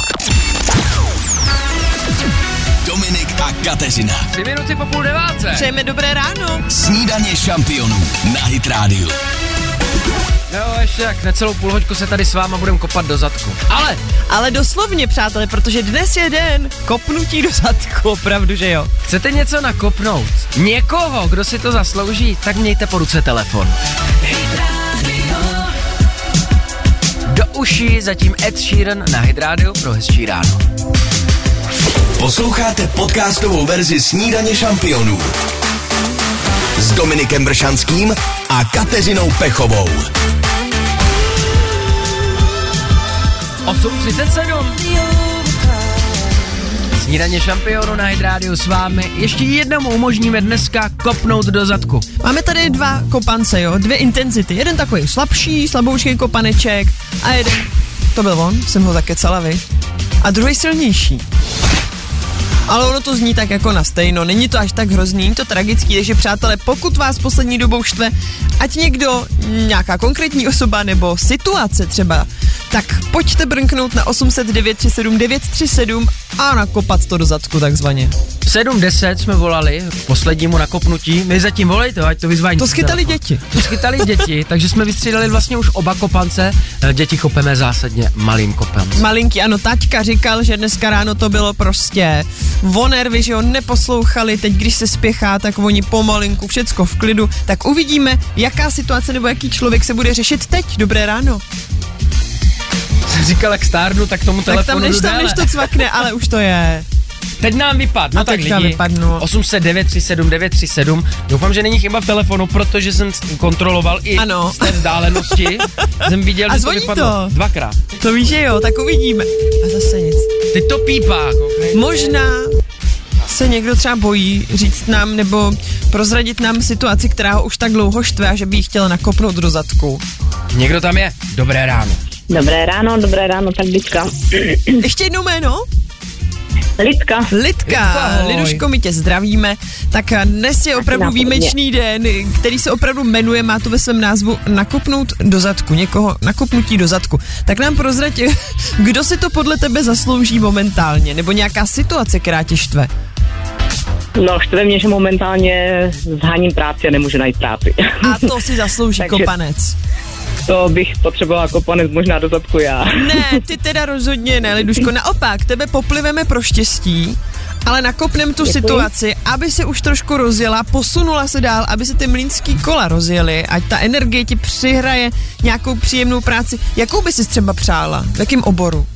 Dominik a Kateřina. Tři minuty po půl deváté. Přejeme dobré ráno. Snídaně šampionů na Hit Radio. Jo, ještě jak necelou půl hoďku se tady s váma budem kopat do zadku. Ale! Ale doslovně, přátelé, protože dnes je den kopnutí do zadku, opravdu, že jo. Chcete něco nakopnout? Někoho, kdo si to zaslouží, tak mějte po ruce telefon. uši, zatím Ed Sheeran na Hit Radio pro hezčí ráno. Posloucháte podcastovou verzi Snídaně šampionů s Dominikem Bršanským a Kateřinou Pechovou. osm třicet sedm. Snídaně šampionu na Hit Radio s vámi. Ještě jednomu umožníme dneska kopnout do zadku. Máme tady dva kopance, jo, dvě intenzity. Jeden takový slabší, slaboučký kopaneček a jeden, to byl on, jsem ho zakecala, vy. A druhý silnější. Ale ono to zní tak jako na stejno, není to až tak hrozný, není to tragický, takže přátelé, pokud vás poslední dobou štve, ať někdo, nějaká konkrétní osoba nebo situace třeba, tak pojďte brnknout na osm set devět tři sedm devět tři sedm a nakopat to do zadku takzvaně. V sedm deset jsme volali k poslednímu nakopnutí, my zatím volejte, ať to vyzvání. To schytali děti. To schytali děti, takže jsme vystřídali vlastně už oba kopance, děti kopeme zásadně malým kopem. Malinký, ano, taťka říkal, že dneska ráno to bylo prostě o nervy, že ho neposlouchali, teď když se spěchá, tak oni pomalinku, všecko v klidu, tak uvidíme, jaká situace nebo jaký člověk se bude řešit teď. Dobré ráno. Jsem říkal, jak stárnu, tak tomu telefonu tak tam než, tam než to cvakne, ale už to je. Teď nám vypadl, no a tak lidi, vypadnu. osm set devět tři sedm devět tři sedm, doufám, že není chyba v telefonu, protože jsem kontroloval i ano. z té vzdálenosti, jsem viděl, a že to vypadlo to. dvakrát. To víš, že jo, tak uvidíme. A zase nic. Teď to pípá. Konkrétně. Možná se někdo třeba bojí říct nám nebo prozradit nám situaci, která ho už tak dlouho štve a že by jí chtěla nakopnout do zadku. Někdo tam je? Dobré ráno. Dobré ráno, dobré ráno, tak Lidka. Ještě jednou jméno? Lidka. Lidka, Liduško, my tě zdravíme. Tak dnes je opravdu výjimečný den, který se opravdu jmenuje, má to ve svém názvu nakopnout do zadku, někoho nakopnutí do zadku. Tak nám prozrať, kdo si to podle tebe zaslouží momentálně, nebo nějaká situace, která tě štve? No, štve mě, že momentálně zháním práci a nemůžu najít práci. A to si zaslouží kopanec. To bych potřebovala kopanec možná do zadku já. Ne, ty teda rozhodně ne, Liduško. Naopak, tebe popliveme pro štěstí, ale nakopnem tu Děkuji. situaci, aby se už trošku rozjela, posunula se dál, aby se ty mlýnský kola rozjely, ať ta energie ti přihraje nějakou příjemnou práci. Jakou by si třeba přála? V jakém oboru?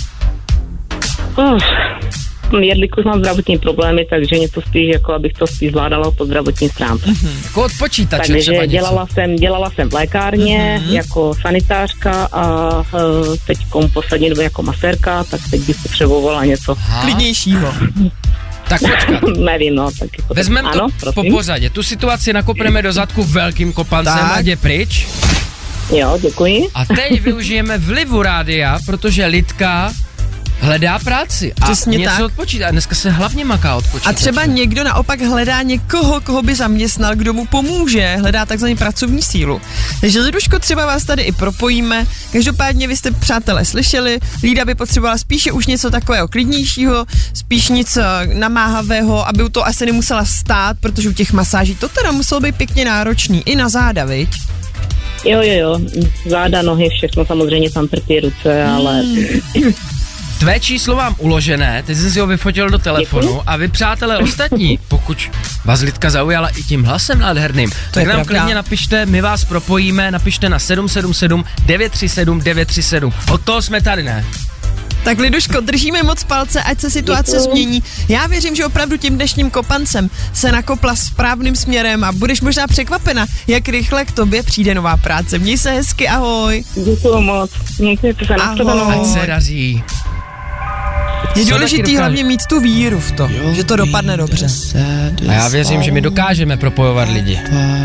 Uf. Jelikož mám zdravotní problémy, takže něco spíš, jako abych to spíš zvládala po zdravotní stránce. Mm-hmm. Jako od počítače takže třeba dělala jsem, dělala jsem v lékárně mm-hmm. jako sanitářka a uh, teď poslední době jako masérka, tak teď bych potřebovala něco Aha. klidnějšího. Tak počkat. Nevím, no. Tak jako Vezmem tak, to ano, po pořadě. Tu situaci nakopneme do zadku velkým kopancem a jde pryč. Jo, děkuji. A teď využijeme vlivu rádia, protože Lidka hledá práci a Přesně něco tak. odpočítá. A dneska se hlavně maká od počítače. A třeba někdo naopak hledá někoho, koho by zaměstnal, kdo mu pomůže, hledá takzvanou pracovní sílu. Takže Liduško, třeba vás tady i propojíme. Každopádně vy jste, přátelé, slyšeli, Lída by potřebovala spíše už něco takového klidnějšího, spíš něco namáhavého, aby u toho asi nemusela stát, protože u těch masáží to teda muselo být pěkně náročný. I na záda, viď? Jo, jo, jo. Záda, nohy, všechno, samozřejmě tam trpí ruce, hmm. ale... Tvé číslo mám uložené, teď jsem si ho vyfotil do telefonu. Děkuji. A vy, přátelé ostatní, pokud vás Lidka zaujala i tím hlasem nádherným, tak nám pravda. Klidně napište, my vás propojíme, napište na sedm sedm sedm devět tři sedm devět tři sedm. Od toho jsme tady, ne? Tak Liduško, držíme moc palce, ať se situace Děkuji. změní. Já věřím, že opravdu tím dnešním kopancem se nakopla správným směrem a budeš možná překvapena, jak rychle k tobě přijde nová práce. Měj se hezky, ahoj. Děkuji moc. Mějte se na shledanou. Ať se daří. Je důležitý hlavně mít tu víru v to, že to dopadne dobře. A já věřím, že my dokážeme propojovat lidi.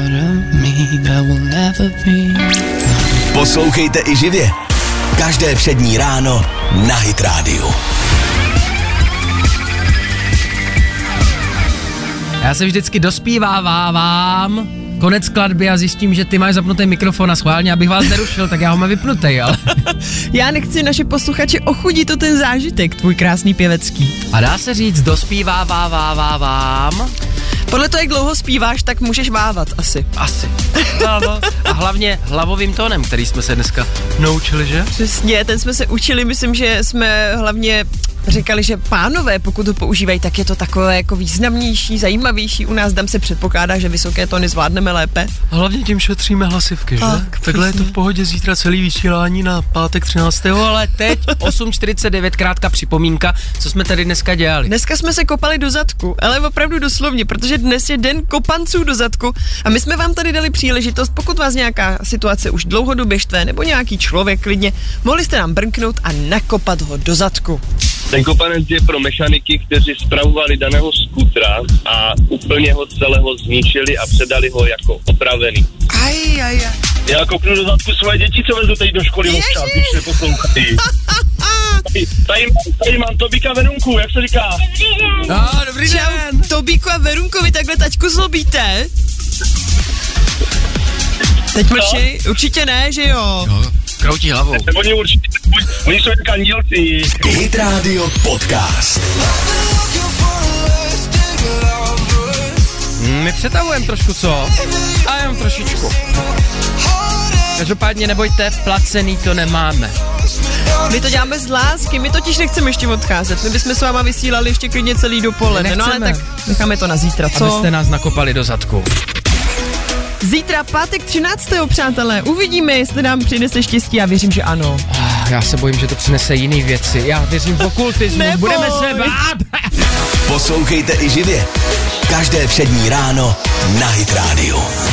Poslouchejte i živě. Každé všední ráno na Hit Radio. Já se vždycky dospívávám konec skladby a zjistím, že ty máš zapnutý mikrofon a schválně, abych vás nerušil, tak já ho mám vypnutý, ale... Já nechci naše posluchače ochudit to ten zážitek, tvůj krásný pěvecký. A dá se říct dospívávávávám? Podle toho, jak dlouho zpíváš, tak můžeš vávat asi. Asi. No, no. A hlavně hlavovým tónem, který jsme se dneska naučili, že? Přesně, ten jsme se učili, myslím, že jsme hlavně říkali, že pánové, pokud ho používají, tak je to takové jako významnější, zajímavější. U nás dám se předpokládá, že vysoké tóny zvládneme lépe. Hlavně tím šetříme hlasivky, že? Tak, Takhle je to v pohodě, zítra celý vysílání na pátek třináctého ale teď osm čtyřicet devět, krátká připomínka, co jsme tady dneska dělali. Dneska jsme se kopali do zadku, ale opravdu doslovně, protože dnes je den kopanců do zadku a my jsme vám tady dali příležitost, pokud vás nějaká situace už dlouhodobě štve, nebo nějaký člověk klidně, mohli jste nám brnknout a nakopat ho do zadku. Ten kopanec je pro mechaniky, kteří spravovali daného skutra a úplně ho celého zničili a předali ho jako opravený. Aj, aj, aj. Já kopnu do zadku svoje děti, co vezu teď do školy občas, když neposlouchají. Tady, tady, tady mám Tobíka Verunku, jak se říká? Ah, dobrý den. Čau, Tobíku a Verunkovi takhle taťku zlobíte? Teď mlčí, určitě ne, že jo? No, kroutí hlavou. Oni určitě, oni jsou jak andělci. Hit Radio Podcast. My přetahujeme trošku, co? A jenom trošičku. Každopádně nebojte, placený to nemáme. My to děláme z lásky, my totiž nechceme ještě odcházet, my bychom s váma vysílali ještě klidně celý dopoledne, no ale tak necháme to na zítra, co? Abyste nás nakopali do zadku. Zítra pátek třináctého přátelé, uvidíme, jestli nám přinese štěstí, já věřím, že ano. Ah, já se bojím, že to přinese jiný věci, já věřím v okultismus, budeme se bát. Poslouchejte i živě. Každé všední ráno na Hit Radio.